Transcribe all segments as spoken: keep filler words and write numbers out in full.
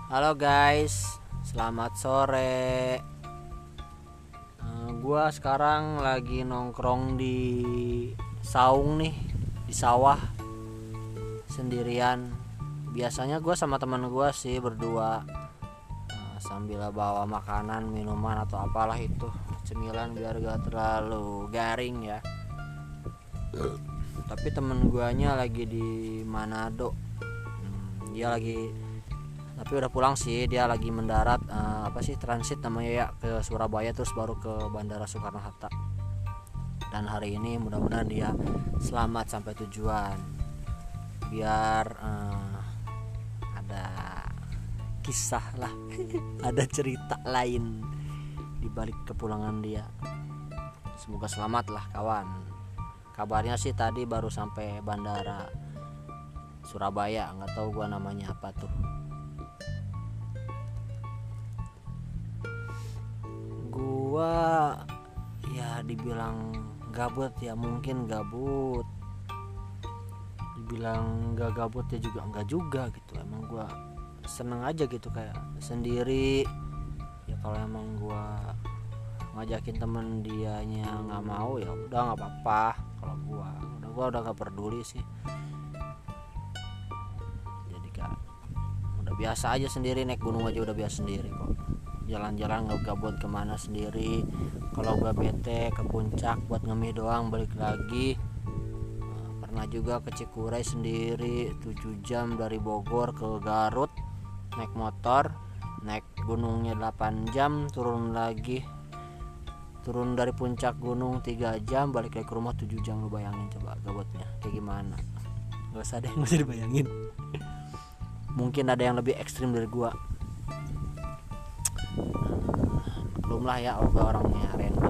Halo guys, selamat sore. Uh, gua sekarang lagi nongkrong di saung nih, di sawah sendirian. Biasanya gua sama teman gua sih berdua, uh, sambil bawa makanan, minuman atau apalah itu, cemilan biar gak terlalu garing ya. Tapi temen guanya lagi di Manado. Hmm, dia lagi tapi udah pulang sih, dia lagi mendarat uh, apa sih transit namanya ya, ke Surabaya terus baru ke Bandara Soekarno Hatta. Dan hari ini mudah-mudahan dia selamat sampai tujuan. Biar uh, ada kisah lah, ada cerita lain di balik kepulangan dia. Semoga selamat lah kawan. Kabarnya sih tadi baru sampai Bandara Surabaya, nggak tahu gua namanya apa tuh. Gua ya dibilang gabut ya mungkin gabut, dibilang gak gabut ya juga enggak juga gitu. Emang gua seneng aja gitu kayak sendiri ya. Kalau emang gua ngajakin temen dianya nggak mau ya udah nggak apa-apa. Kalau gua udah gua udah gak peduli sih. Jadi kayak udah biasa aja sendiri, naik gunung aja udah biasa sendiri kok. Jalan-jalan nggak gabut kemana sendiri. Kalau gua bete ke puncak buat ngemih doang balik lagi. Nah, pernah juga ke Cikuray sendiri tujuh jam dari Bogor ke Garut naik motor, naik gunungnya delapan jam, turun lagi, turun dari puncak gunung tiga jam, balik lagi ke rumah tujuh jam. Lu bayangin coba gabutnya kayak gimana. Gak usah deh, gak usah dibayangin. Mungkin ada yang lebih ekstrim dari gua. Belum lah ya, gue orangnya random.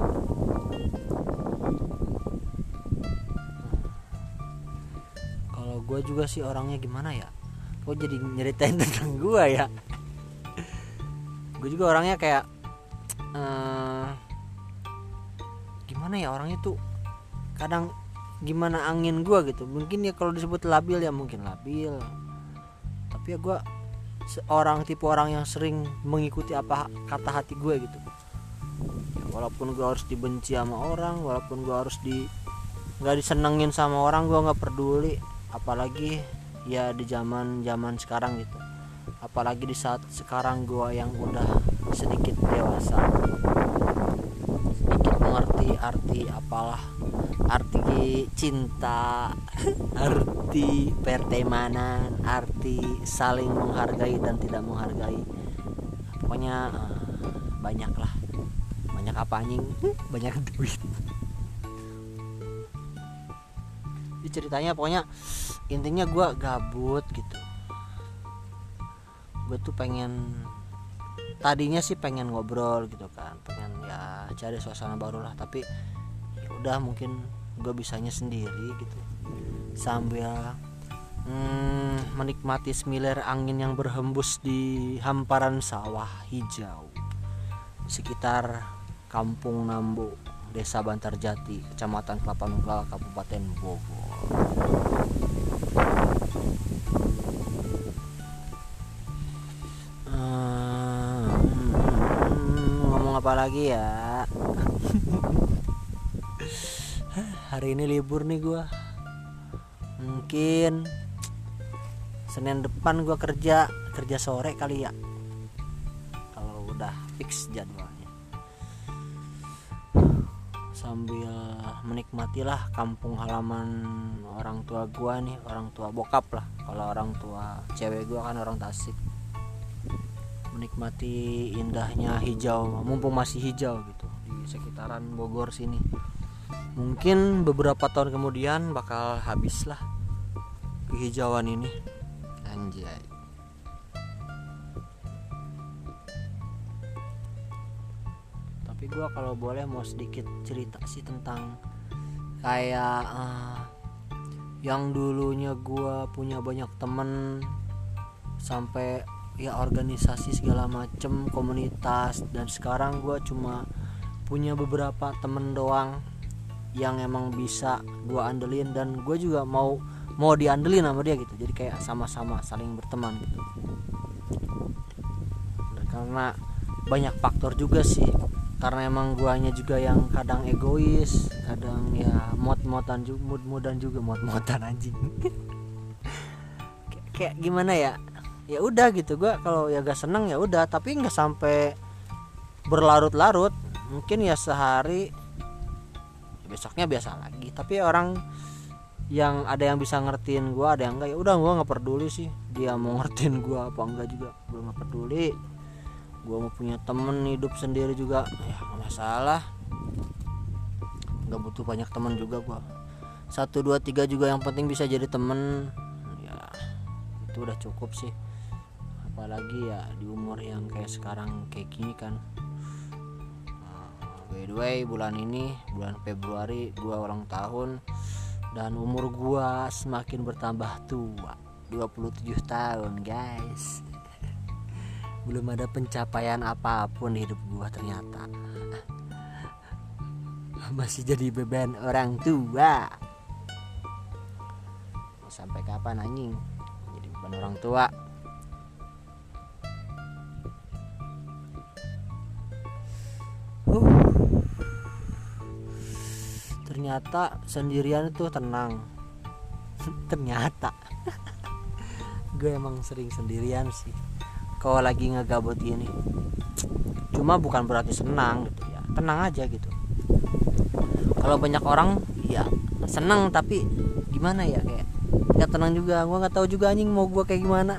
Kalau gue juga sih orangnya gimana ya, kok jadi nyeritain tentang gue ya. Gue juga orangnya kayak uh, gimana ya, orangnya tuh kadang gimana angin gue gitu. Mungkin ya kalau disebut labil ya mungkin labil. Tapi ya gue seorang tipe orang yang sering mengikuti apa kata hati gue gitu. Walaupun gue harus dibenci sama orang, walaupun gue harus di nggak disenengin sama orang, gue nggak peduli. Apalagi ya di zaman zaman sekarang gitu. Apalagi di saat sekarang gue yang udah sedikit dewasa, sedikit mengerti arti apalah, arti cinta, arti pertemanan, arti saling menghargai dan tidak menghargai. Pokoknya uh, banyak lah. Banyak apa anjing? Banyak duit. Ini ceritanya pokoknya intinya gue gabut gitu. Gue tuh pengen, tadinya sih pengen ngobrol gitu kan, pengen ya cari suasana baru lah. Tapi ya udah, mungkin gue bisanya sendiri gitu, sambil hmm, menikmati semilir angin yang berhembus di hamparan sawah hijau sekitar Kampung Nambo, Desa Bantarjati, Kecamatan Kelapa Nunggal, Kabupaten Bogor. Hmm, ngomong apa lagi ya? Hari ini libur nih gua. Mungkin Senin depan gua kerja kerja sore kali ya, kalau udah fix jadwalnya. Sambil menikmatilah kampung halaman orang tua gua nih, orang tua bokap lah. Kalau orang tua cewek gua kan orang Tasik. Menikmati indahnya hijau, mumpung masih hijau gitu di sekitaran Bogor sini. Mungkin beberapa tahun kemudian bakal habis lah kehijauan ini. Anjay. Tapi gue kalau boleh mau sedikit cerita sih tentang kayak uh, yang dulunya gue punya banyak temen, sampai ya organisasi segala macem, komunitas, dan sekarang gue cuma punya beberapa temen doang yang emang bisa gue andelin, dan gue juga mau mau diandelin sama dia gitu. Jadi kayak sama-sama saling berteman gitu. karena banyak faktor juga sih, karena emang guanya juga yang kadang egois, kadang ya mod-modan juga, mod-modan juga, mod-modan anjing. kayak, kayak gimana ya, ya udah gitu, gua kalau ya gak seneng ya udah, tapi nggak sampai berlarut-larut, mungkin ya sehari, besoknya biasa lagi. Tapi orang yang ada yang bisa ngertiin gua, ada yang enggak, ya udah gua nggak peduli sih dia mau ngertiin gua apa enggak juga, gua nggak peduli. Gua mau punya temen hidup sendiri juga ya nggak masalah, nggak butuh banyak temen juga gua, satu dua tiga juga yang penting bisa jadi temen ya, itu udah cukup sih. Apalagi ya di umur yang kayak sekarang kayak gini kan. By the way, bulan ini bulan Februari gua ulang tahun dan umur gua semakin bertambah tua, dua puluh tujuh tahun guys. Belum ada pencapaian apapun di hidup gua ternyata. Masih jadi beban orang tua. Mau sampai kapan anjing jadi beban orang tua? Uh. Ternyata sendirian itu tenang. Ternyata gue emang sering sendirian sih kalau lagi ngegabut gini. Cuma bukan berarti senang gitu ya, tenang aja gitu. Kalau banyak orang ya senang, tapi gimana ya, kayak nggak tenang juga. Gue nggak tahu juga anjing mau gue kayak gimana.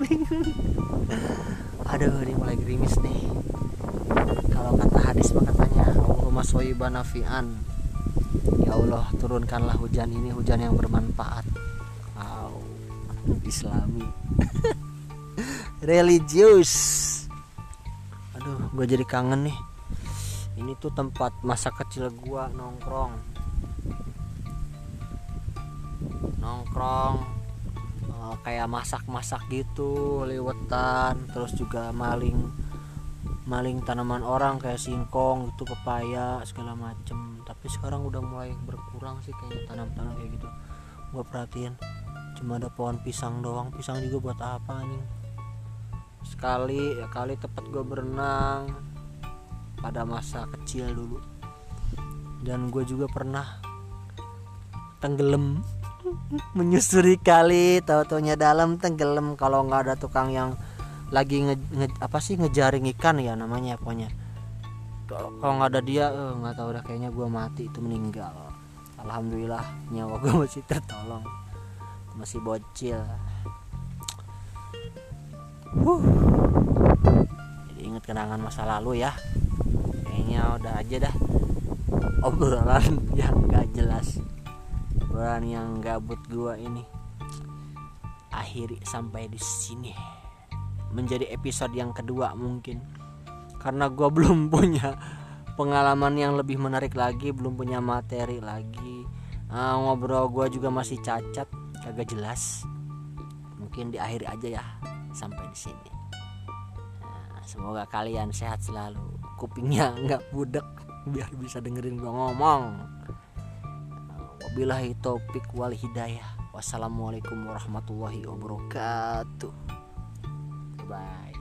Aduh, ini mulai gerimis nih. Kalau kata hadis mah katanya Allahumma shayyiban nafi'an, ya Allah turunkanlah hujan ini, hujan yang bermanfaat. Wow, Islami. Religius. Aduh, gue jadi kangen nih. Ini tuh tempat masa kecil gue nongkrong Nongkrong uh, kayak masak-masak gitu, liwetan, terus juga maling Maling tanaman orang kayak singkong gitu, pepaya, segala macem. Tapi sekarang udah mulai berkurang sih kayaknya tanam-tanam kayak gitu. Gue perhatiin cuma ada pohon pisang doang. Pisang juga buat apa anjing? Sekali ya kali tepat gue berenang pada masa kecil dulu. Dan gue juga pernah tenggelam menyusuri kali, tahu-taunya dalam tenggelam. Kalau nggak ada tukang yang lagi nge, nge apa sih ngejaring ikan ya namanya pokoknya, kalau nggak ada dia nggak eh, tahu udah kayaknya gue mati itu, meninggal. Alhamdulillah nyawa gue masih tertolong, masih bocil. Huh. Jadi inget kenangan masa lalu ya. Kayaknya udah aja dah obrolan yang nggak jelas, obrolan yang gabut gue ini. Akhiri sampai di sini. Menjadi episode yang kedua mungkin, karena gue belum punya pengalaman yang lebih menarik lagi, belum punya materi lagi. uh, ngobrol gue juga masih cacat, kagak jelas. Mungkin diakhiri aja ya sampai di sini. Nah, semoga kalian sehat selalu, kupingnya nggak budek biar bisa dengerin gue ngomong. Wabillahi taufik wal hidayah. Wassalamualaikum warahmatullahi wabarakatuh. Bye.